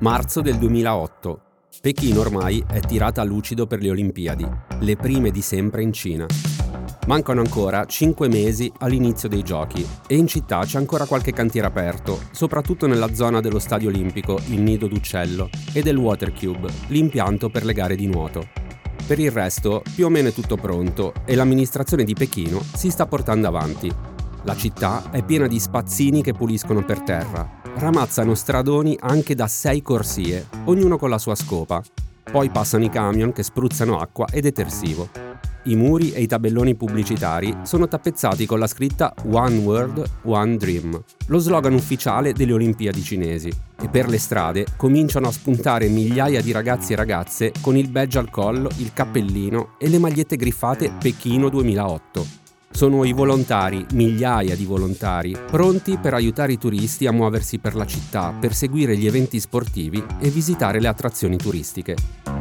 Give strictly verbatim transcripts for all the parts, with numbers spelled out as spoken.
Marzo del duemilaotto. Pechino ormai è tirata a lucido per le Olimpiadi, le prime di sempre in Cina. Mancano ancora cinque mesi all'inizio dei giochi e in città c'è ancora qualche cantiere aperto, soprattutto nella zona dello stadio olimpico, il Nido d'Uccello, e del Water Cube, l'impianto per le gare di nuoto. Per il resto, più o meno è tutto pronto e l'amministrazione di Pechino si sta portando avanti. La città è piena di spazzini che puliscono per terra. Ramazzano stradoni anche da sei corsie, ognuno con la sua scopa. Poi passano i camion che spruzzano acqua e detersivo. I muri e i tabelloni pubblicitari sono tappezzati con la scritta One World, One Dream, lo slogan ufficiale delle Olimpiadi cinesi, e per le strade cominciano a spuntare migliaia di ragazzi e ragazze con il badge al collo, il cappellino e le magliette griffate Pechino duemilaotto. Sono i volontari, migliaia di volontari, pronti per aiutare i turisti a muoversi per la città, per seguire gli eventi sportivi e visitare le attrazioni turistiche.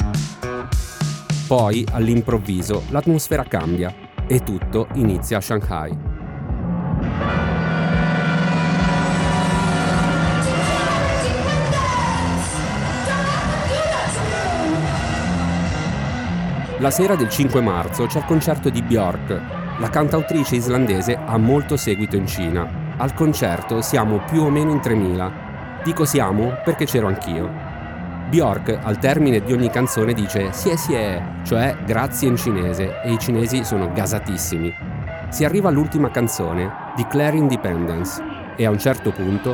Poi, all'improvviso, l'atmosfera cambia e tutto inizia a Shanghai. La sera del cinque marzo c'è il concerto di Björk. La cantautrice islandese ha molto seguito in Cina. Al concerto siamo più o meno in tremila. Dico siamo perché c'ero anch'io. Björk al termine di ogni canzone dice "sie sie", cioè grazie in cinese, e i cinesi sono gasatissimi. Si arriva all'ultima canzone, Declare Independence, e a un certo punto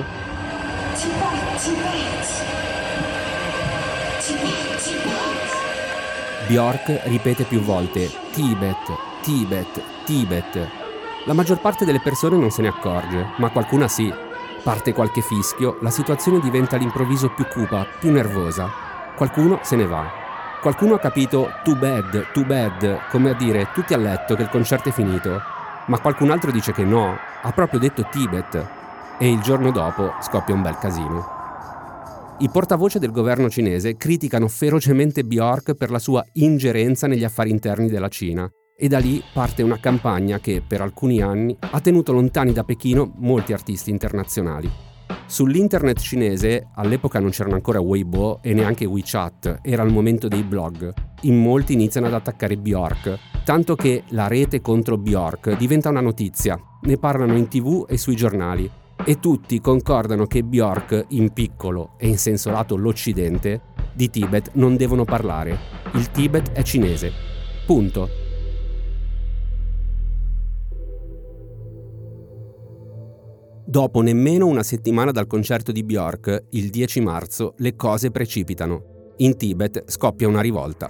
Björk ripete più volte Tibet, Tibet, Tibet. La maggior parte delle persone non se ne accorge, ma qualcuna sì. Parte qualche fischio, la situazione diventa all'improvviso più cupa, più nervosa. Qualcuno se ne va. Qualcuno ha capito too bad, too bad, come a dire tutti a letto che il concerto è finito. Ma qualcun altro dice che no, ha proprio detto Tibet. E il giorno dopo scoppia un bel casino. I portavoce del governo cinese criticano ferocemente Björk per la sua ingerenza negli affari interni della Cina. E da lì parte una campagna che, per alcuni anni, ha tenuto lontani da Pechino molti artisti internazionali. Sull'internet cinese, all'epoca non c'erano ancora Weibo e neanche WeChat, era il momento dei blog. In molti iniziano ad attaccare Björk, tanto che la rete contro Björk diventa una notizia. Ne parlano in tv e sui giornali. E tutti concordano che Björk, in piccolo e in senso lato l'Occidente, di Tibet non devono parlare. Il Tibet è cinese. Punto. Dopo nemmeno una settimana dal concerto di Björk, il dieci marzo, le cose precipitano. In Tibet scoppia una rivolta.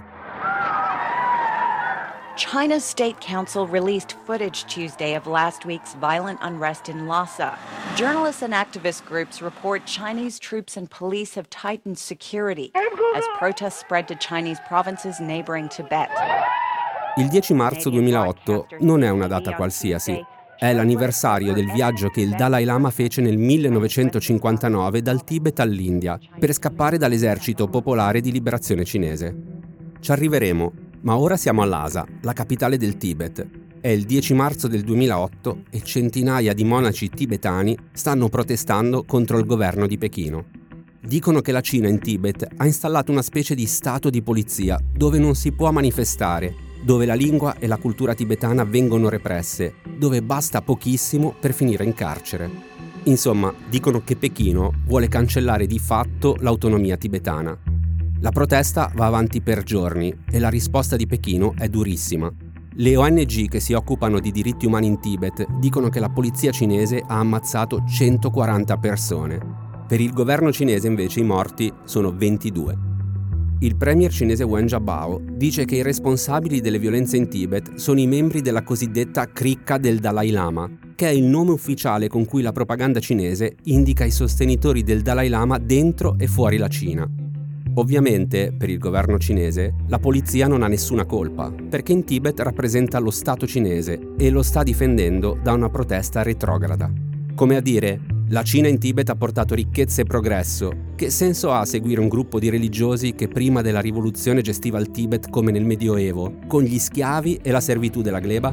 China's State Council released footage Tuesday of last week's violent unrest in Lhasa. Journalists and activist groups report Chinese troops and police have tightened security as protests spread to Chinese provinces neighboring Tibet. Il dieci marzo duemilaotto non è una data qualsiasi. È l'anniversario del viaggio che il Dalai Lama fece nel millenovecentocinquantanove dal Tibet all'India per scappare dall'esercito popolare di liberazione cinese. Ci arriveremo, ma ora siamo a Lhasa, la capitale del Tibet. È il dieci marzo del duemilaotto e centinaia di monaci tibetani stanno protestando contro il governo di Pechino. Dicono che la Cina in Tibet ha installato una specie di stato di polizia dove non si può manifestare, dove la lingua e la cultura tibetana vengono represse, dove basta pochissimo per finire in carcere. Insomma, dicono che Pechino vuole cancellare di fatto l'autonomia tibetana. La protesta va avanti per giorni e la risposta di Pechino è durissima. Le O N G che si occupano di diritti umani in Tibet dicono che la polizia cinese ha ammazzato centoquaranta persone. Per il governo cinese invece i morti sono ventidue. Il premier cinese Wen Jiabao dice che i responsabili delle violenze in Tibet sono i membri della cosiddetta cricca del Dalai Lama, che è il nome ufficiale con cui la propaganda cinese indica i sostenitori del Dalai Lama dentro e fuori la Cina. Ovviamente, per il governo cinese, la polizia non ha nessuna colpa, perché in Tibet rappresenta lo Stato cinese e lo sta difendendo da una protesta retrograda. Come a dire, la Cina in Tibet ha portato ricchezza e progresso. Che senso ha seguire un gruppo di religiosi che prima della rivoluzione gestiva il Tibet come nel Medioevo, con gli schiavi e la servitù della gleba?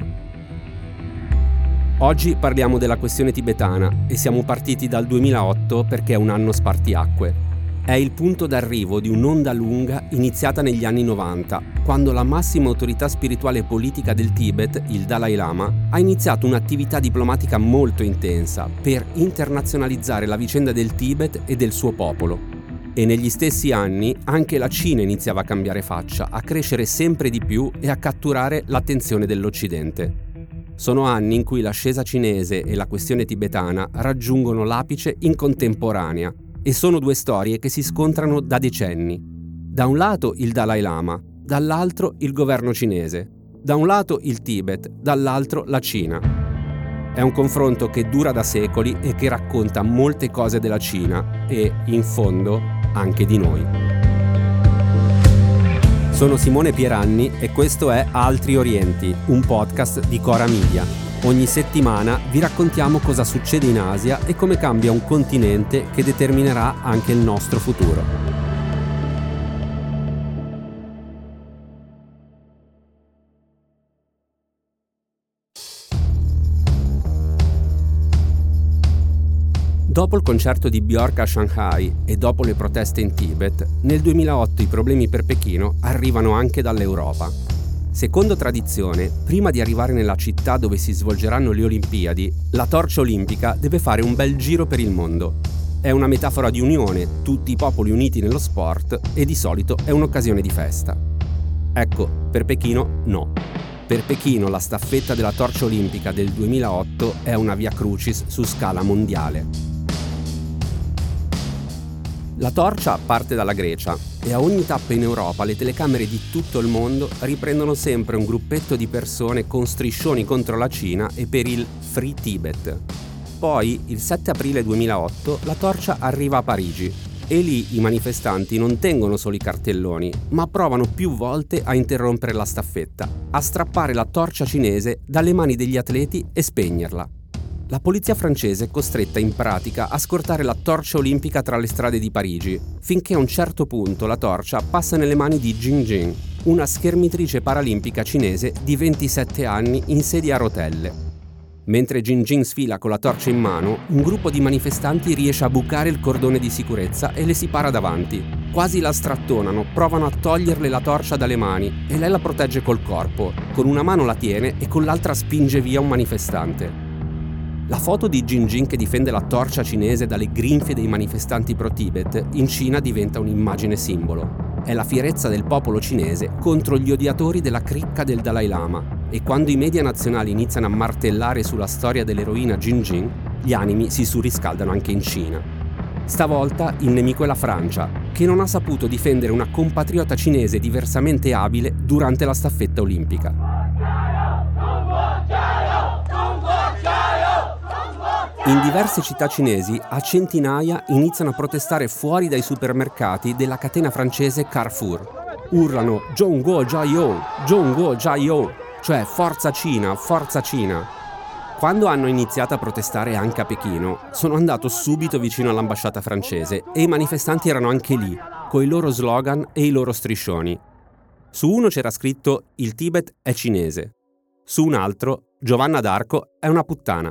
Oggi parliamo della questione tibetana e siamo partiti dal duemilaotto perché è un anno spartiacque. È il punto d'arrivo di un'onda lunga iniziata negli anni novanta, quando la massima autorità spirituale e politica del Tibet, il Dalai Lama, ha iniziato un'attività diplomatica molto intensa per internazionalizzare la vicenda del Tibet e del suo popolo. E negli stessi anni anche la Cina iniziava a cambiare faccia, a crescere sempre di più e a catturare l'attenzione dell'Occidente. Sono anni in cui l'ascesa cinese e la questione tibetana raggiungono l'apice in contemporanea e sono due storie che si scontrano da decenni. Da un lato il Dalai Lama, dall'altro il governo cinese. Da un lato il Tibet, dall'altro la Cina. È un confronto che dura da secoli e che racconta molte cose della Cina e, in fondo, anche di noi. Sono Simone Pieranni e questo è Altri Orienti, un podcast di Cora Media. Ogni settimana vi raccontiamo cosa succede in Asia e come cambia un continente che determinerà anche il nostro futuro. Dopo il concerto di Björk a Shanghai e dopo le proteste in Tibet, nel duemilaotto i problemi per Pechino arrivano anche dall'Europa. Secondo tradizione, prima di arrivare nella città dove si svolgeranno le Olimpiadi, la torcia olimpica deve fare un bel giro per il mondo. È una metafora di unione, tutti i popoli uniti nello sport, e di solito è un'occasione di festa. Ecco, per Pechino no. Per Pechino la staffetta della torcia olimpica del duemilaotto è una via crucis su scala mondiale. La torcia parte dalla Grecia e a ogni tappa in Europa le telecamere di tutto il mondo riprendono sempre un gruppetto di persone con striscioni contro la Cina e per il Free Tibet. Poi, il sette aprile duemilaotto, la torcia arriva a Parigi e lì i manifestanti non tengono solo i cartelloni, ma provano più volte a interrompere la staffetta, a strappare la torcia cinese dalle mani degli atleti e spegnerla. La polizia francese è costretta in pratica a scortare la torcia olimpica tra le strade di Parigi, finché a un certo punto la torcia passa nelle mani di Jing Jing, una schermitrice paralimpica cinese di ventisette anni in sedia a rotelle. Mentre Jing Jing sfila con la torcia in mano, un gruppo di manifestanti riesce a bucare il cordone di sicurezza e le si para davanti. Quasi la strattonano, provano a toglierle la torcia dalle mani e lei la protegge col corpo. Con una mano la tiene e con l'altra spinge via un manifestante. La foto di Jing Jing che difende la torcia cinese dalle grinfie dei manifestanti pro-Tibet in Cina diventa un'immagine simbolo. È la fierezza del popolo cinese contro gli odiatori della cricca del Dalai Lama e quando i media nazionali iniziano a martellare sulla storia dell'eroina Jing Jing, gli animi si surriscaldano anche in Cina. Stavolta il nemico è la Francia, che non ha saputo difendere una compatriota cinese diversamente abile durante la staffetta olimpica. In diverse città cinesi a centinaia iniziano a protestare fuori dai supermercati della catena francese Carrefour. Urlano Zhongguo Jiao, Zhongguo Jiao, cioè forza Cina, forza Cina. Quando hanno iniziato a protestare anche a Pechino, sono andato subito vicino all'ambasciata francese e i manifestanti erano anche lì, coi loro slogan e i loro striscioni. Su uno c'era scritto «Il Tibet è cinese», su un altro «Giovanna d'Arco è una puttana».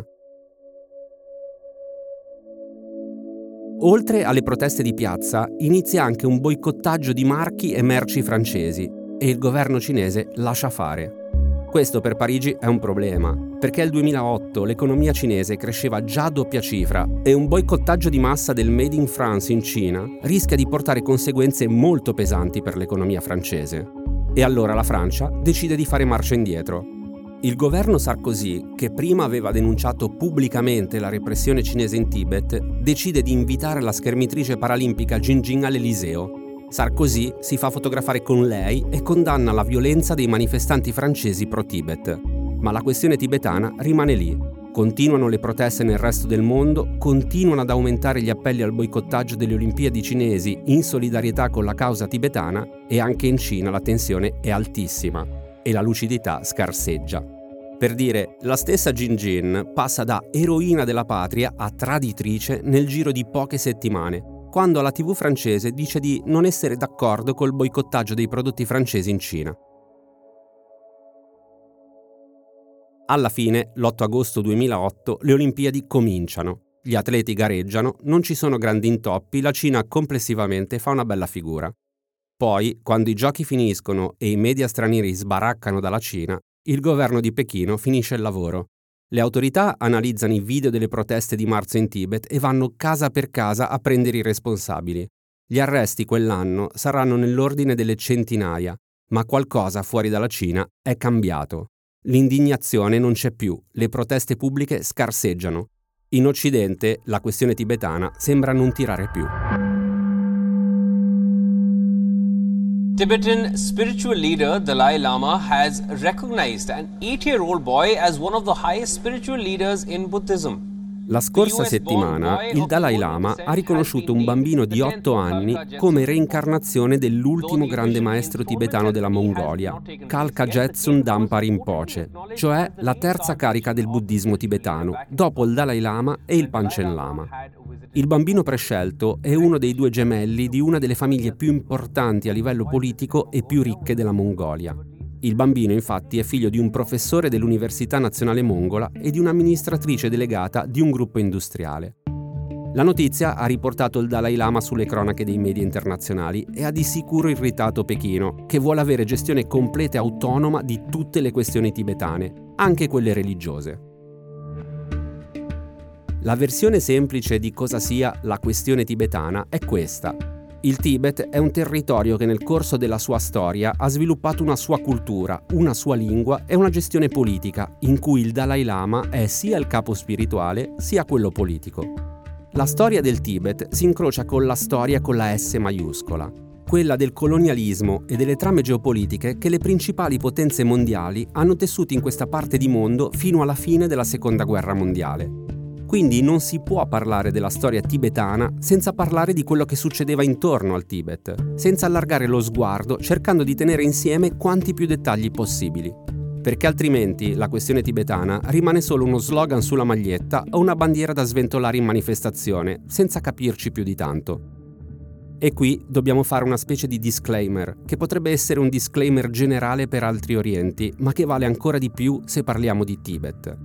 Oltre alle proteste di piazza, inizia anche un boicottaggio di marchi e merci francesi e il governo cinese lascia fare. Questo per Parigi è un problema, perché nel duemilaotto l'economia cinese cresceva già a doppia cifra e un boicottaggio di massa del Made in France in Cina rischia di portare conseguenze molto pesanti per l'economia francese. E allora la Francia decide di fare marcia indietro. Il governo Sarkozy, che prima aveva denunciato pubblicamente la repressione cinese in Tibet, decide di invitare la schermitrice paralimpica Jing Jing all'Eliseo. Sarkozy si fa fotografare con lei e condanna la violenza dei manifestanti francesi pro-Tibet. Ma la questione tibetana rimane lì. Continuano le proteste nel resto del mondo, continuano ad aumentare gli appelli al boicottaggio delle Olimpiadi cinesi in solidarietà con la causa tibetana e anche in Cina la tensione è altissima e la lucidità scarseggia. Per dire, la stessa Jing Jing passa da eroina della patria a traditrice nel giro di poche settimane, quando la tivù francese dice di non essere d'accordo col boicottaggio dei prodotti francesi in Cina. Alla fine, l'otto agosto duemilaotto, le Olimpiadi cominciano. Gli atleti gareggiano, non ci sono grandi intoppi, la Cina complessivamente fa una bella figura. Poi, quando i giochi finiscono e i media stranieri sbaraccano dalla Cina, il governo di Pechino finisce il lavoro. Le autorità analizzano i video delle proteste di marzo in Tibet e vanno casa per casa a prendere i responsabili. Gli arresti quell'anno saranno nell'ordine delle centinaia, ma qualcosa fuori dalla Cina è cambiato. L'indignazione non c'è più, le proteste pubbliche scarseggiano. In Occidente la questione tibetana sembra non tirare più. Tibetan spiritual leader Dalai Lama has recognized an eight-year-old boy as one of the highest spiritual leaders in Buddhism. La scorsa settimana il Dalai Lama ha riconosciuto un bambino di otto anni come reincarnazione dell'ultimo grande maestro tibetano della Mongolia, Kalka Jetsun Dampa Rinpoche, cioè la terza carica del buddismo tibetano, dopo il Dalai Lama e il Panchen Lama. Il bambino prescelto è uno dei due gemelli di una delle famiglie più importanti a livello politico e più ricche della Mongolia. Il bambino, infatti, è figlio di un professore dell'Università Nazionale Mongola e di un'amministratrice delegata di un gruppo industriale. La notizia ha riportato il Dalai Lama sulle cronache dei media internazionali e ha di sicuro irritato Pechino, che vuole avere gestione completa e autonoma di tutte le questioni tibetane, anche quelle religiose. La versione semplice di cosa sia la questione tibetana è questa. Il Tibet è un territorio che nel corso della sua storia ha sviluppato una sua cultura, una sua lingua e una gestione politica, in cui il Dalai Lama è sia il capo spirituale sia quello politico. La storia del Tibet si incrocia con la storia con la S maiuscola, quella del colonialismo e delle trame geopolitiche che le principali potenze mondiali hanno tessuto in questa parte di mondo fino alla fine della Seconda Guerra Mondiale. Quindi non si può parlare della storia tibetana senza parlare di quello che succedeva intorno al Tibet, senza allargare lo sguardo, cercando di tenere insieme quanti più dettagli possibili. Perché altrimenti la questione tibetana rimane solo uno slogan sulla maglietta o una bandiera da sventolare in manifestazione, senza capirci più di tanto. E qui dobbiamo fare una specie di disclaimer, che potrebbe essere un disclaimer generale per altri orienti, ma che vale ancora di più se parliamo di Tibet.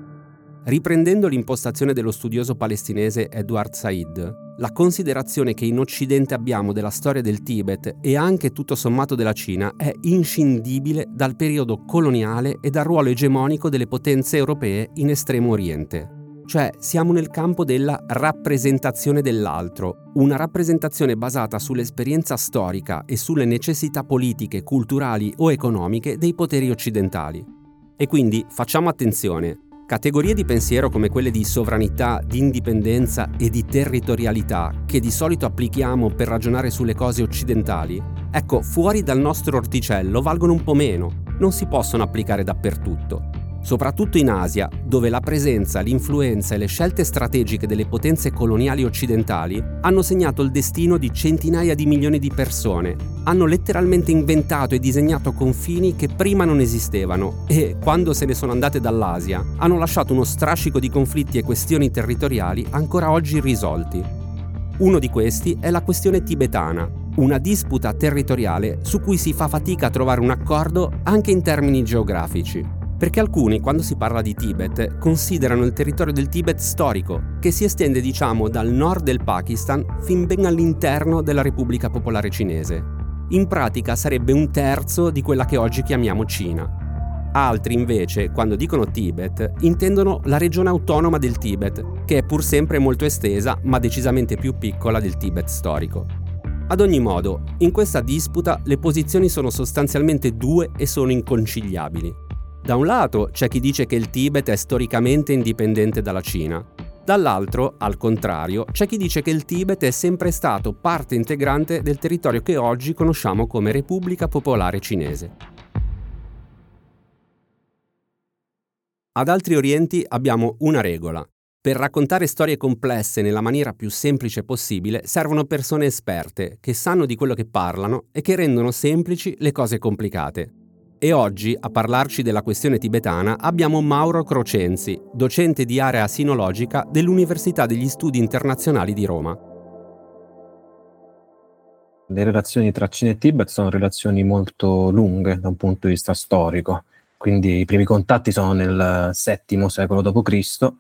Riprendendo l'impostazione dello studioso palestinese Edward Said, la considerazione che in Occidente abbiamo della storia del Tibet e anche tutto sommato della Cina è inscindibile dal periodo coloniale e dal ruolo egemonico delle potenze europee in Estremo Oriente. Cioè siamo nel campo della rappresentazione dell'altro, una rappresentazione basata sull'esperienza storica e sulle necessità politiche, culturali o economiche dei poteri occidentali. E quindi facciamo attenzione. Categorie di pensiero come quelle di sovranità, di indipendenza e di territorialità, che di solito applichiamo per ragionare sulle cose occidentali, ecco, fuori dal nostro orticello valgono un po' meno, non si possono applicare dappertutto. Soprattutto in Asia, dove la presenza, l'influenza e le scelte strategiche delle potenze coloniali occidentali hanno segnato il destino di centinaia di milioni di persone, hanno letteralmente inventato e disegnato confini che prima non esistevano e, quando se ne sono andate dall'Asia, hanno lasciato uno strascico di conflitti e questioni territoriali ancora oggi irrisolti. Uno di questi è la questione tibetana, una disputa territoriale su cui si fa fatica a trovare un accordo anche in termini geografici. Perché alcuni, quando si parla di Tibet, considerano il territorio del Tibet storico, che si estende, diciamo, dal nord del Pakistan fin ben all'interno della Repubblica Popolare Cinese. In pratica sarebbe un terzo di quella che oggi chiamiamo Cina. Altri, invece, quando dicono Tibet, intendono la regione autonoma del Tibet, che è pur sempre molto estesa, ma decisamente più piccola del Tibet storico. Ad ogni modo, in questa disputa le posizioni sono sostanzialmente due e sono inconciliabili. Da un lato c'è chi dice che il Tibet è storicamente indipendente dalla Cina. Dall'altro, al contrario, c'è chi dice che il Tibet è sempre stato parte integrante del territorio che oggi conosciamo come Repubblica Popolare Cinese. Ad altri orienti abbiamo una regola. Per raccontare storie complesse nella maniera più semplice possibile servono persone esperte, che sanno di quello che parlano e che rendono semplici le cose complicate. E oggi, a parlarci della questione tibetana, abbiamo Mauro Crocenzi, docente di area sinologica dell'Università degli Studi Internazionali di Roma. Le relazioni tra Cina e Tibet sono relazioni molto lunghe da un punto di vista storico, quindi i primi contatti sono nel settimo secolo dopo Cristo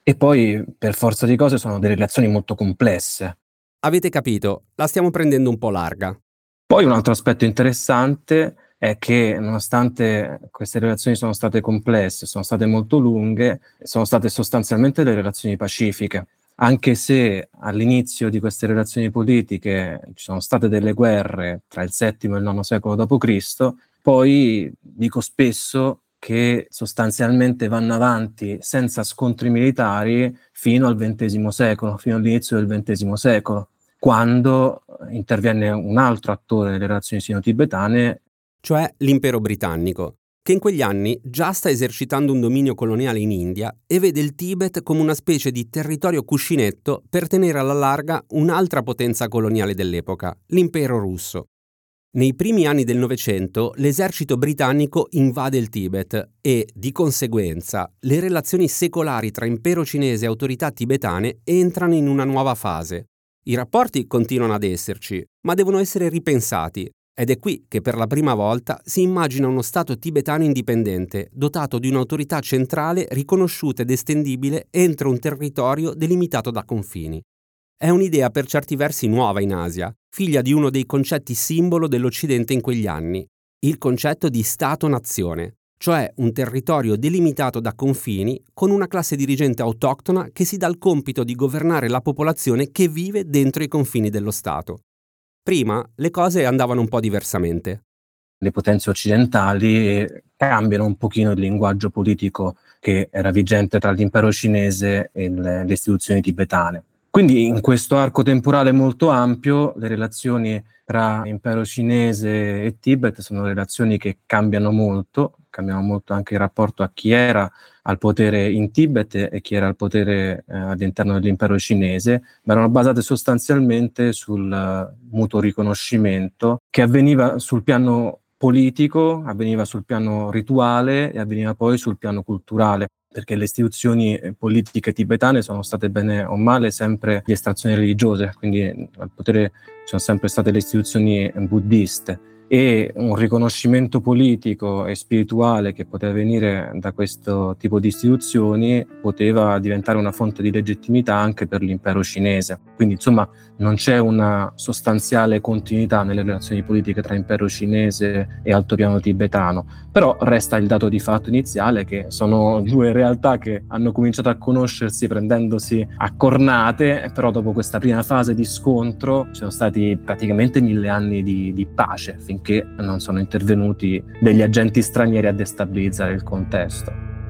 E poi, per forza di cose, sono delle relazioni molto complesse. Avete capito, la stiamo prendendo un po' larga. Poi un altro aspetto interessante è che, nonostante queste relazioni sono state complesse, sono state molto lunghe, sono state sostanzialmente delle relazioni pacifiche. Anche se all'inizio di queste relazioni politiche ci sono state delle guerre tra il settimo e il nono secolo dopo Cristo, poi dico spesso che sostanzialmente vanno avanti senza scontri militari fino al ventesimo secolo, fino all'inizio del ventesimo secolo, quando interviene un altro attore nelle relazioni sino-tibetane, cioè l'impero britannico, che in quegli anni già sta esercitando un dominio coloniale in India e vede il Tibet come una specie di territorio cuscinetto per tenere alla larga un'altra potenza coloniale dell'epoca, l'impero russo. Nei primi anni del Novecento l'esercito britannico invade il Tibet e, di conseguenza, le relazioni secolari tra impero cinese e autorità tibetane entrano in una nuova fase. I rapporti continuano ad esserci, ma devono essere ripensati, ed è qui che per la prima volta si immagina uno Stato tibetano indipendente, dotato di un'autorità centrale riconosciuta ed estendibile entro un territorio delimitato da confini. È un'idea per certi versi nuova in Asia, figlia di uno dei concetti simbolo dell'Occidente in quegli anni, il concetto di Stato-nazione, cioè un territorio delimitato da confini con una classe dirigente autoctona che si dà il compito di governare la popolazione che vive dentro i confini dello Stato. Prima le cose andavano un po' diversamente. Le potenze occidentali cambiano un pochino il linguaggio politico che era vigente tra l'impero cinese e le, le istituzioni tibetane. Quindi in questo arco temporale molto ampio le relazioni tra impero cinese e Tibet sono relazioni che cambiano molto, cambiano molto anche il rapporto a chi era al potere in Tibet e chi era al potere eh, all'interno dell'impero cinese, ma erano basate sostanzialmente sul uh, mutuo riconoscimento che avveniva sul piano politico, avveniva sul piano rituale e avveniva poi sul piano culturale, perché le istituzioni politiche tibetane sono state bene o male sempre di estrazione religiosa, quindi al potere ci sono sempre state le istituzioni buddiste, e un riconoscimento politico e spirituale che poteva venire da questo tipo di istituzioni poteva diventare una fonte di legittimità anche per l'impero cinese. Quindi insomma non c'è una sostanziale continuità nelle relazioni politiche tra impero cinese e altopiano tibetano, però resta il dato di fatto iniziale che sono due realtà che hanno cominciato a conoscersi prendendosi a cornate, però dopo questa prima fase di scontro ci sono stati praticamente mille anni di, di pace, finché non sono intervenuti degli agenti stranieri a destabilizzare il contesto.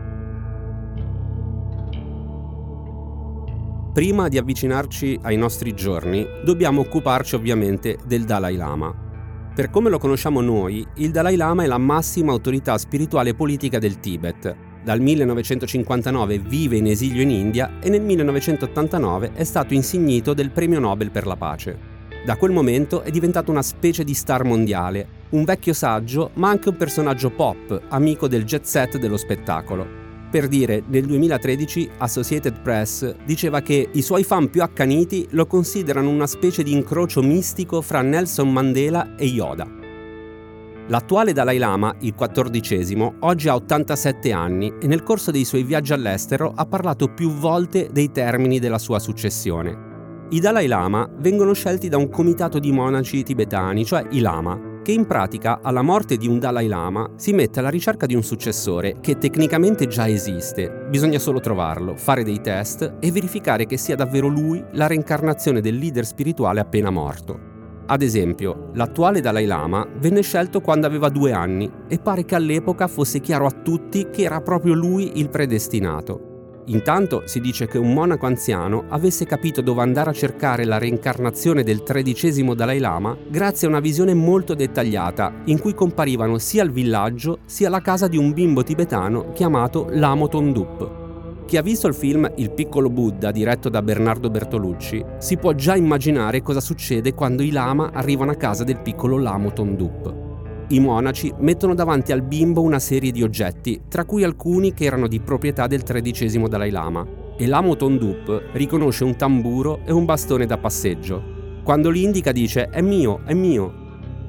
Prima di avvicinarci ai nostri giorni, dobbiamo occuparci ovviamente del Dalai Lama. Per come lo conosciamo noi, il Dalai Lama è la massima autorità spirituale e politica del Tibet. Dal millenovecentocinquantanove vive in esilio in India e nel millenovecentottantanove è stato insignito del Premio Nobel per la pace. Da quel momento è diventato una specie di star mondiale, un vecchio saggio ma anche un personaggio pop, amico del jet set dello spettacolo. Per dire, nel duemilatredici Associated Press diceva che i suoi fan più accaniti lo considerano una specie di incrocio mistico fra Nelson Mandela e Yoda. L'attuale Dalai Lama, il quattordicesimo, oggi ha ottantasette anni e nel corso dei suoi viaggi all'estero ha parlato più volte dei termini della sua successione. I Dalai Lama vengono scelti da un comitato di monaci tibetani, cioè i Lama, che in pratica alla morte di un Dalai Lama si mette alla ricerca di un successore che tecnicamente già esiste, bisogna solo trovarlo, fare dei test e verificare che sia davvero lui la reincarnazione del leader spirituale appena morto. Ad esempio, l'attuale Dalai Lama venne scelto quando aveva due anni e pare che all'epoca fosse chiaro a tutti che era proprio lui il predestinato. Intanto si dice che un monaco anziano avesse capito dove andare a cercare la reincarnazione del tredicesimo Dalai Lama grazie a una visione molto dettagliata in cui comparivano sia il villaggio sia la casa di un bimbo tibetano chiamato Lamo Tondup. Chi ha visto il film Il piccolo Buddha diretto da Bernardo Bertolucci si può già immaginare cosa succede quando i lama arrivano a casa del piccolo Lamo Tondup. I monaci mettono davanti al bimbo una serie di oggetti, tra cui alcuni che erano di proprietà del tredicesimo Dalai Lama, e Lamo Tondup riconosce un tamburo e un bastone da passeggio. Quando li indica dice «È mio, è mio».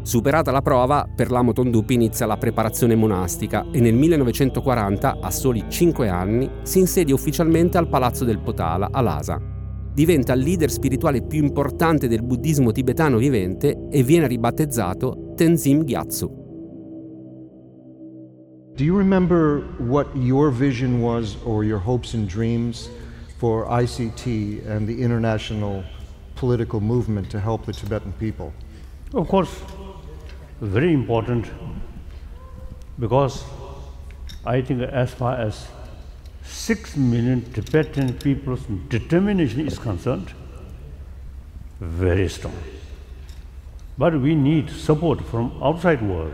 Superata la prova, per l'Amo Tondupi inizia la preparazione monastica e nel millenovecentoquaranta, a soli cinque anni, si insedia ufficialmente al Palazzo del Potala, a Lhasa. Diventa il leader spirituale più importante del buddismo tibetano vivente e viene ribattezzato Tenzin Gyatso. Do you remember what your vision was or your hopes and dreams for I C T and the international political movement to help the Tibetan people? Of course, very important, because I think as far as six million Tibetan people's determination is concerned, very strong. But we need support from outside world.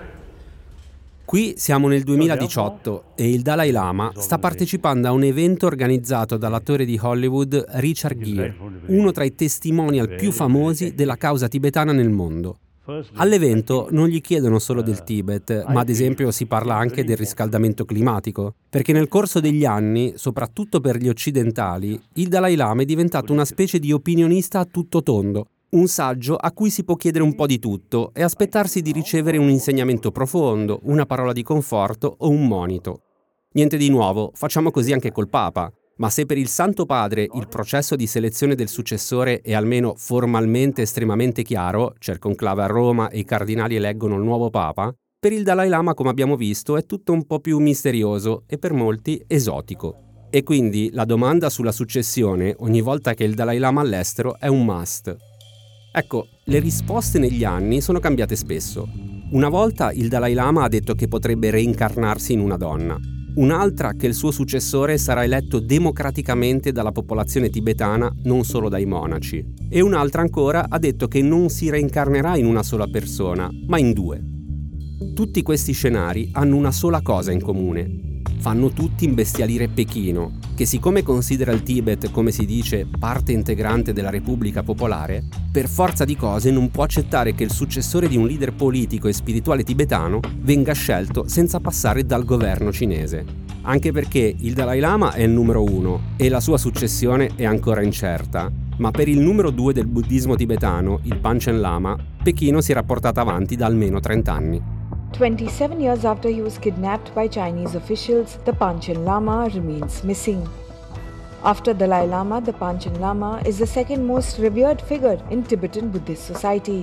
Qui siamo nel duemiladiciotto e il Dalai Lama sta partecipando a un evento organizzato dall'attore di Hollywood Richard Gere, uno tra i testimonial più famosi della causa tibetana nel mondo. All'evento non gli chiedono solo del Tibet, ma ad esempio si parla anche del riscaldamento climatico, perché nel corso degli anni, soprattutto per gli occidentali, il Dalai Lama è diventato una specie di opinionista a tutto tondo, un saggio a cui si può chiedere un po' di tutto e aspettarsi di ricevere un insegnamento profondo, una parola di conforto o un monito. Niente di nuovo, facciamo così anche col Papa. Ma se per il Santo Padre il processo di selezione del successore è almeno formalmente estremamente chiaro, c'è il conclave a Roma e i cardinali eleggono il nuovo Papa, per il Dalai Lama, come abbiamo visto, è tutto un po' più misterioso e per molti esotico. E quindi la domanda sulla successione, ogni volta che il Dalai Lama all'estero, è un must. Ecco, le risposte negli anni sono cambiate spesso. Una volta il Dalai Lama ha detto che potrebbe reincarnarsi in una donna. Un'altra che il suo successore sarà eletto democraticamente dalla popolazione tibetana, non solo dai monaci. E un'altra ancora ha detto che non si reincarnerà in una sola persona, ma in due. Tutti questi scenari hanno una sola cosa in comune. Fanno tutti imbestialire Pechino, che siccome considera il Tibet, come si dice, parte integrante della Repubblica Popolare, per forza di cose non può accettare che il successore di un leader politico e spirituale tibetano venga scelto senza passare dal governo cinese. Anche perché il Dalai Lama è il numero uno e la sua successione è ancora incerta, ma per il numero due del buddismo tibetano, il Panchen Lama, Pechino si era portata avanti da almeno trenta anni. twenty-seven years after he was kidnapped by Chinese officials, the Panchen Lama remains missing. After Dalai Lama, the Panchen Lama is the second most revered figure in Tibetan Buddhist society.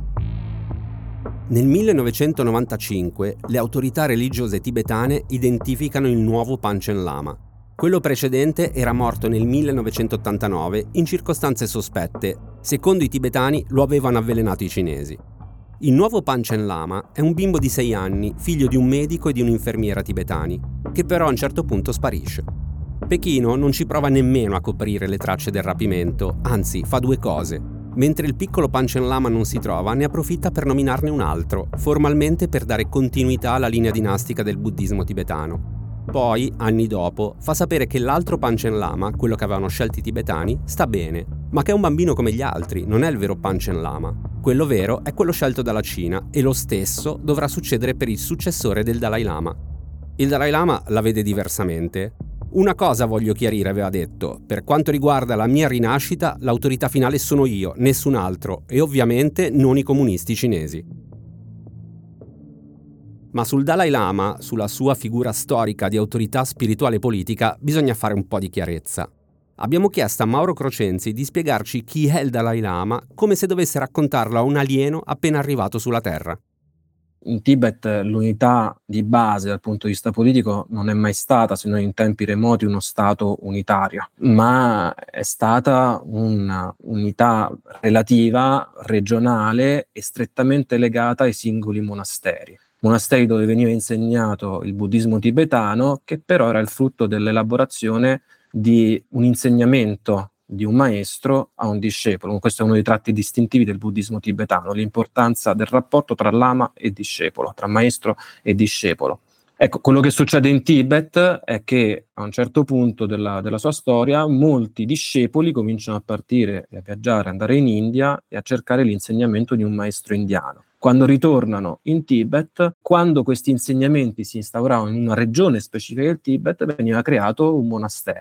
Nel millenovecentonovantacinque le autorità religiose tibetane identificano il nuovo Panchen Lama. Quello precedente era morto nel millenovecentottantanove in circostanze sospette. Secondo i tibetani lo avevano avvelenato i cinesi. Il nuovo Panchen Lama è un bimbo di sei anni, figlio di un medico e di un'infermiera tibetani, che però a un certo punto sparisce. Pechino non ci prova nemmeno a coprire le tracce del rapimento, anzi fa due cose. Mentre il piccolo Panchen Lama non si trova, ne approfitta per nominarne un altro, formalmente per dare continuità alla linea dinastica del buddismo tibetano. Poi, anni dopo, fa sapere che l'altro Panchen Lama, quello che avevano scelto i tibetani, sta bene, ma che è un bambino come gli altri, non è il vero Panchen Lama. Quello vero è quello scelto dalla Cina e lo stesso dovrà succedere per il successore del Dalai Lama. Il Dalai Lama la vede diversamente. Una cosa voglio chiarire, aveva detto. Per quanto riguarda la mia rinascita, l'autorità finale sono io, nessun altro, e ovviamente non i comunisti cinesi. Ma sul Dalai Lama, sulla sua figura storica di autorità spirituale e politica, bisogna fare un po' di chiarezza. Abbiamo chiesto a Mauro Crocenzi di spiegarci chi è il Dalai Lama, come se dovesse raccontarlo a un alieno appena arrivato sulla Terra. In Tibet l'unità di base dal punto di vista politico non è mai stata, se non in tempi remoti, uno stato unitario, ma è stata una unità relativa, regionale e strettamente legata ai singoli monasteri. Monasteri dove veniva insegnato il buddismo tibetano, che però era il frutto dell'elaborazione di un insegnamento di un maestro a un discepolo. Questo è uno dei tratti distintivi del buddismo tibetano, l'importanza del rapporto tra lama e discepolo, tra maestro e discepolo. Ecco, quello che succede in Tibet è che a un certo punto della, della sua storia molti discepoli cominciano a partire e a viaggiare, andare in India e a cercare l'insegnamento di un maestro indiano. Quando ritornano in Tibet, quando questi insegnamenti si instauravano in una regione specifica del Tibet, veniva creato un monastero,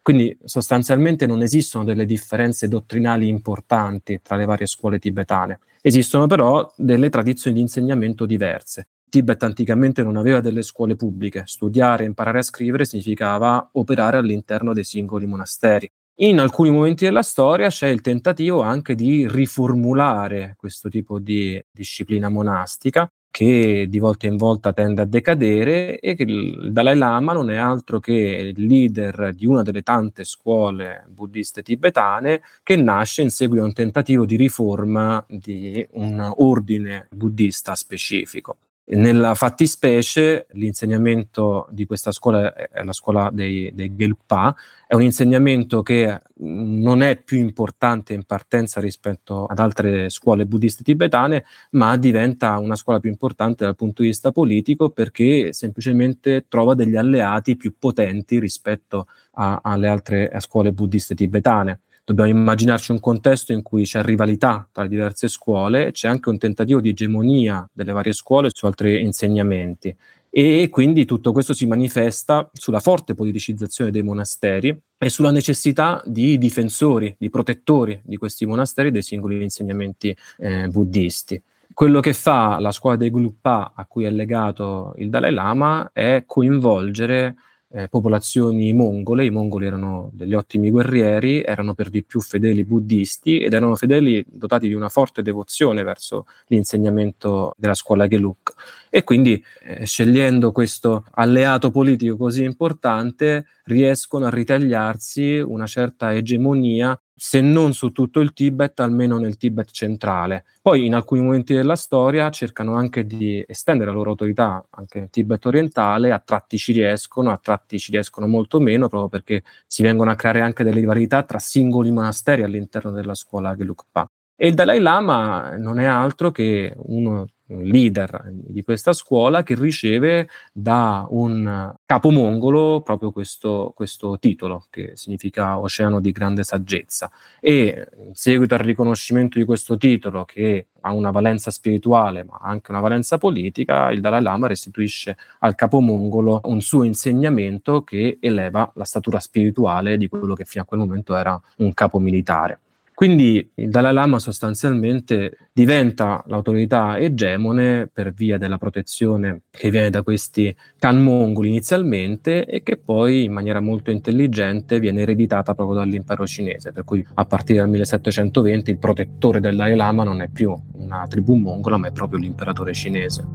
Quindi sostanzialmente non esistono delle differenze dottrinali importanti tra le varie scuole tibetane, esistono però delle tradizioni di insegnamento diverse. Tibet anticamente non aveva delle scuole pubbliche, studiare e imparare a scrivere significava operare all'interno dei singoli monasteri. In alcuni momenti della storia c'è il tentativo anche di riformulare questo tipo di disciplina monastica, che di volta in volta tende a decadere, e che il Dalai Lama non è altro che il leader di una delle tante scuole buddiste tibetane, che nasce in seguito a un tentativo di riforma di un ordine buddista specifico. Nella fattispecie l'insegnamento di questa scuola è la scuola dei, dei Gelugpa, è un insegnamento che non è più importante in partenza rispetto ad altre scuole buddiste tibetane, ma diventa una scuola più importante dal punto di vista politico, perché semplicemente trova degli alleati più potenti rispetto a, alle altre scuole buddiste tibetane. Dobbiamo immaginarci un contesto in cui c'è rivalità tra le diverse scuole, c'è anche un tentativo di egemonia delle varie scuole su altri insegnamenti, e quindi tutto questo si manifesta sulla forte politicizzazione dei monasteri e sulla necessità di difensori, di protettori di questi monasteri, dei singoli insegnamenti eh, buddisti. Quello che fa la scuola dei Gelugpa, a cui è legato il Dalai Lama, è coinvolgere Eh, popolazioni mongole. I mongoli erano degli ottimi guerrieri, erano per di più fedeli buddisti ed erano fedeli dotati di una forte devozione verso l'insegnamento della scuola Gelug, e quindi eh, scegliendo questo alleato politico così importante riescono a ritagliarsi una certa egemonia, se non su tutto il Tibet, almeno nel Tibet centrale. Poi in alcuni momenti della storia cercano anche di estendere la loro autorità anche nel Tibet orientale, a tratti ci riescono, a tratti ci riescono molto meno, proprio perché si vengono a creare anche delle rivalità tra singoli monasteri all'interno della scuola Gelugpa. E il Dalai Lama non è altro che uno un leader di questa scuola che riceve da un capo mongolo proprio questo, questo titolo, che significa Oceano di grande saggezza, e in seguito al riconoscimento di questo titolo, che ha una valenza spirituale ma anche una valenza politica, il Dalai Lama restituisce al capo mongolo un suo insegnamento che eleva la statura spirituale di quello che fino a quel momento era un capo militare. Quindi il Dalai Lama sostanzialmente diventa l'autorità egemone per via della protezione che viene da questi Khan mongoli inizialmente, e che poi in maniera molto intelligente viene ereditata proprio dall'impero cinese, per cui a partire dal millesettecentoventi il protettore del Dalai Lama non è più una tribù mongola, ma è proprio l'imperatore cinese.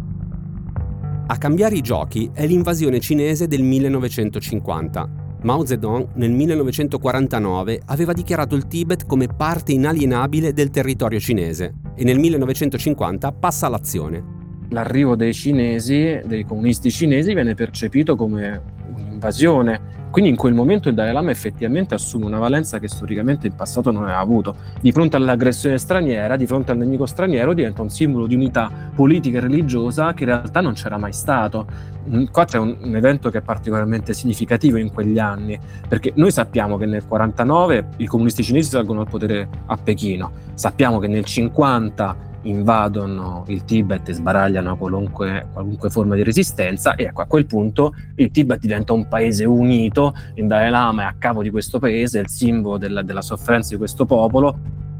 A cambiare i giochi è l'invasione cinese del millenovecentocinquanta. Mao Zedong nel millenovecentoquarantanove aveva dichiarato il Tibet come parte inalienabile del territorio cinese e nel millenovecentocinquanta passa all'azione. L'arrivo dei cinesi, dei comunisti cinesi, viene percepito come un'invasione. Quindi in quel momento il Dalai Lama effettivamente assume una valenza che storicamente in passato non aveva avuto. Di fronte all'aggressione straniera, di fronte al nemico straniero, diventa un simbolo di unità politica e religiosa che in realtà non c'era mai stato. Qua c'è un, un evento che è particolarmente significativo in quegli anni, perché noi sappiamo che nel quarantanove i comunisti cinesi salgono al potere a Pechino, sappiamo che nel cinquanta invadono il Tibet e sbaragliano qualunque, qualunque forma di resistenza, e ecco, a quel punto il Tibet diventa un paese unito, il Dalai Lama è a capo di questo paese, è il simbolo della, della sofferenza di questo popolo.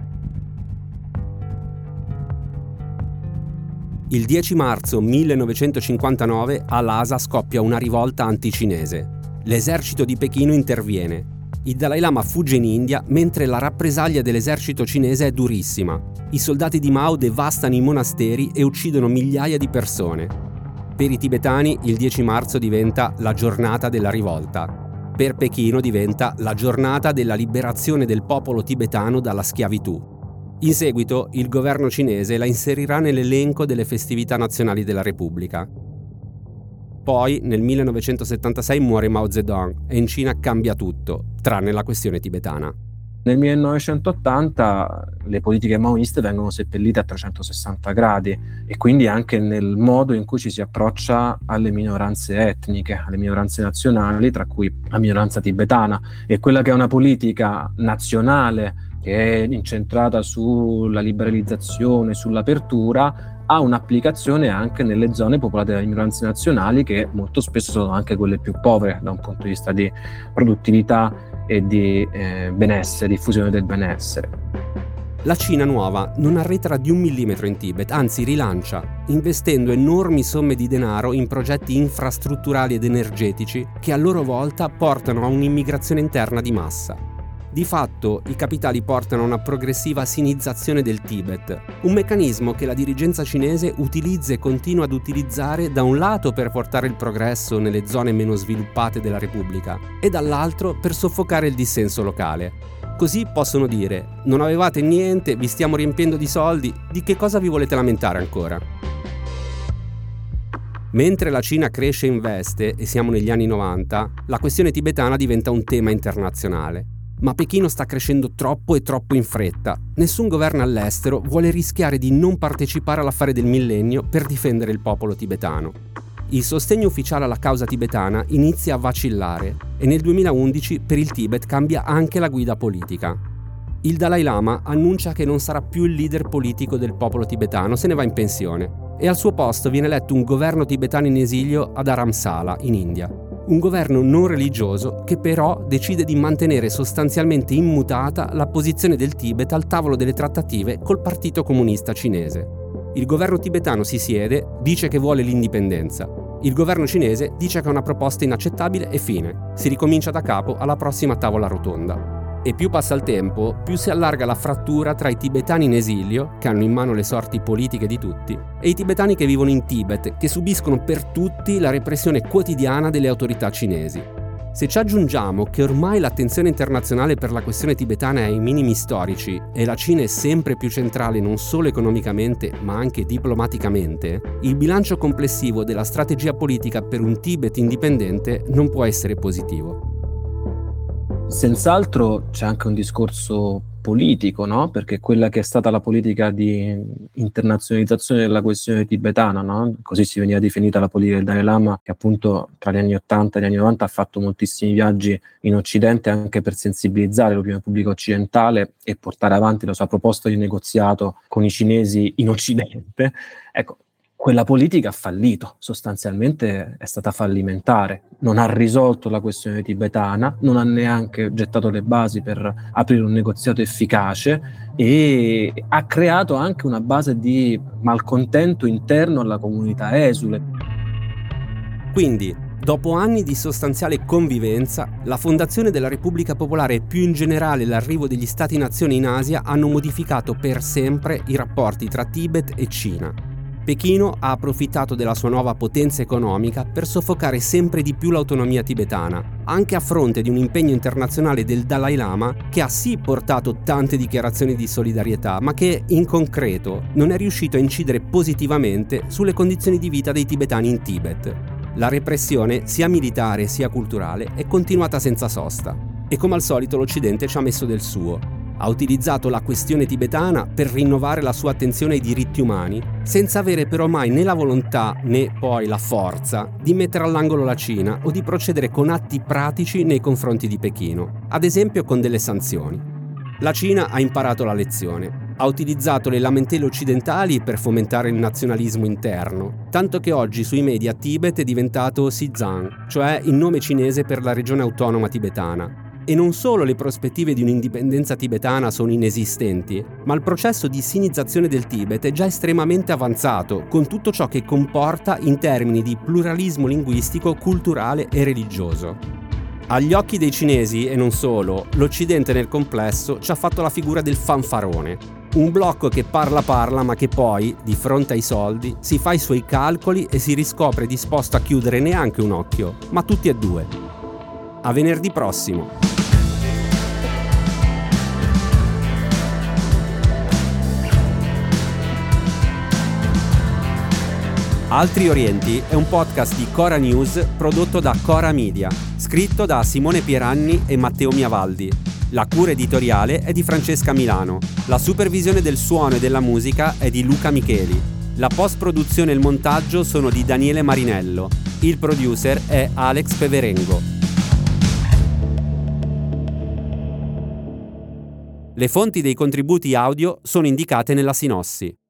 Il dieci marzo millenovecentocinquantanove a Lhasa scoppia una rivolta anticinese. L'esercito di Pechino interviene. Il Dalai Lama fugge in India mentre la rappresaglia dell'esercito cinese è durissima. I soldati di Mao devastano i monasteri e uccidono migliaia di persone. Per i tibetani il dieci marzo diventa la giornata della rivolta. Per Pechino diventa la giornata della liberazione del popolo tibetano dalla schiavitù. In seguito il governo cinese la inserirà nell'elenco delle festività nazionali della Repubblica. Poi, nel millenovecentosettantasei, muore Mao Zedong e in Cina cambia tutto, tranne la questione tibetana. Nel millenovecentottanta le politiche maoiste vengono seppellite a trecentosessanta gradi, e quindi anche nel modo in cui ci si approccia alle minoranze etniche, alle minoranze nazionali, tra cui la minoranza tibetana. E quella che è una politica nazionale che è incentrata sulla liberalizzazione, sull'apertura, ha un'applicazione anche nelle zone popolate dalle minoranze nazionali, che molto spesso sono anche quelle più povere da un punto di vista di produttività e di eh, benessere, diffusione del benessere. La Cina nuova non arretra di un millimetro in Tibet, anzi rilancia, investendo enormi somme di denaro in progetti infrastrutturali ed energetici che a loro volta portano a un'immigrazione interna di massa. Di fatto, i capitali portano a una progressiva sinizzazione del Tibet, un meccanismo che la dirigenza cinese utilizza e continua ad utilizzare da un lato per portare il progresso nelle zone meno sviluppate della Repubblica e dall'altro per soffocare il dissenso locale. Così possono dire: non avevate niente, vi stiamo riempiendo di soldi, di che cosa vi volete lamentare ancora? Mentre la Cina cresce e investe, e siamo negli anni novanta, la questione tibetana diventa un tema internazionale. Ma Pechino sta crescendo troppo e troppo in fretta. Nessun governo all'estero vuole rischiare di non partecipare all'affare del millennio per difendere il popolo tibetano. Il sostegno ufficiale alla causa tibetana inizia a vacillare e nel duemilaundici per il Tibet cambia anche la guida politica. Il Dalai Lama annuncia che non sarà più il leader politico del popolo tibetano, se ne va in pensione, e al suo posto viene eletto un governo tibetano in esilio ad Dharamsala, in India. Un governo non religioso che però decide di mantenere sostanzialmente immutata la posizione del Tibet al tavolo delle trattative col Partito Comunista Cinese. Il governo tibetano si siede, dice che vuole l'indipendenza. Il governo cinese dice che è una proposta inaccettabile e fine. Si ricomincia da capo alla prossima tavola rotonda. E più passa il tempo, più si allarga la frattura tra i tibetani in esilio, che hanno in mano le sorti politiche di tutti, e i tibetani che vivono in Tibet, che subiscono per tutti la repressione quotidiana delle autorità cinesi. Se ci aggiungiamo che ormai l'attenzione internazionale per la questione tibetana è ai minimi storici e la Cina è sempre più centrale non solo economicamente ma anche diplomaticamente, il bilancio complessivo della strategia politica per un Tibet indipendente non può essere positivo. Senz'altro c'è anche un discorso politico, no? Perché quella che è stata la politica di internazionalizzazione della questione tibetana, no? Così si veniva definita la politica del Dalai Lama, che appunto tra gli anni ottanta e gli anni novanta ha fatto moltissimi viaggi in Occidente anche per sensibilizzare l'opinione pubblica occidentale e portare avanti la sua proposta di negoziato con i cinesi in Occidente. Ecco, quella politica ha fallito, sostanzialmente è stata fallimentare, non ha risolto la questione tibetana, non ha neanche gettato le basi per aprire un negoziato efficace e ha creato anche una base di malcontento interno alla comunità esule. Quindi, dopo anni di sostanziale convivenza, la fondazione della Repubblica Popolare e più in generale l'arrivo degli Stati-nazione in Asia hanno modificato per sempre i rapporti tra Tibet e Cina. Pechino ha approfittato della sua nuova potenza economica per soffocare sempre di più l'autonomia tibetana, anche a fronte di un impegno internazionale del Dalai Lama che ha sì portato tante dichiarazioni di solidarietà, ma che in concreto non è riuscito a incidere positivamente sulle condizioni di vita dei tibetani in Tibet. La repressione, sia militare sia culturale, è continuata senza sosta e come al solito l'Occidente ci ha messo del suo. Ha utilizzato la questione tibetana per rinnovare la sua attenzione ai diritti umani, senza avere però mai né la volontà né poi la forza di mettere all'angolo la Cina o di procedere con atti pratici nei confronti di Pechino, ad esempio con delle sanzioni. La Cina ha imparato la lezione, ha utilizzato le lamentele occidentali per fomentare il nazionalismo interno, tanto che oggi sui media Tibet è diventato Xizang, cioè il nome cinese per la regione autonoma tibetana. E non solo le prospettive di un'indipendenza tibetana sono inesistenti, ma il processo di sinizzazione del Tibet è già estremamente avanzato, con tutto ciò che comporta in termini di pluralismo linguistico, culturale e religioso. Agli occhi dei cinesi, e non solo, l'Occidente nel complesso ci ha fatto la figura del fanfarone. Un blocco che parla parla ma che poi, di fronte ai soldi, si fa i suoi calcoli e si riscopre disposto a chiudere neanche un occhio, ma tutti e due. A venerdì prossimo! Altri Orienti è un podcast di Cora News prodotto da Cora Media, scritto da Simone Pieranni e Matteo Miavaldi. La cura editoriale è di Francesca Milano. La supervisione del suono e della musica è di Luca Micheli. La post-produzione e il montaggio sono di Daniele Marinello. Il producer è Alex Peverengo. Le fonti dei contributi audio sono indicate nella sinossi.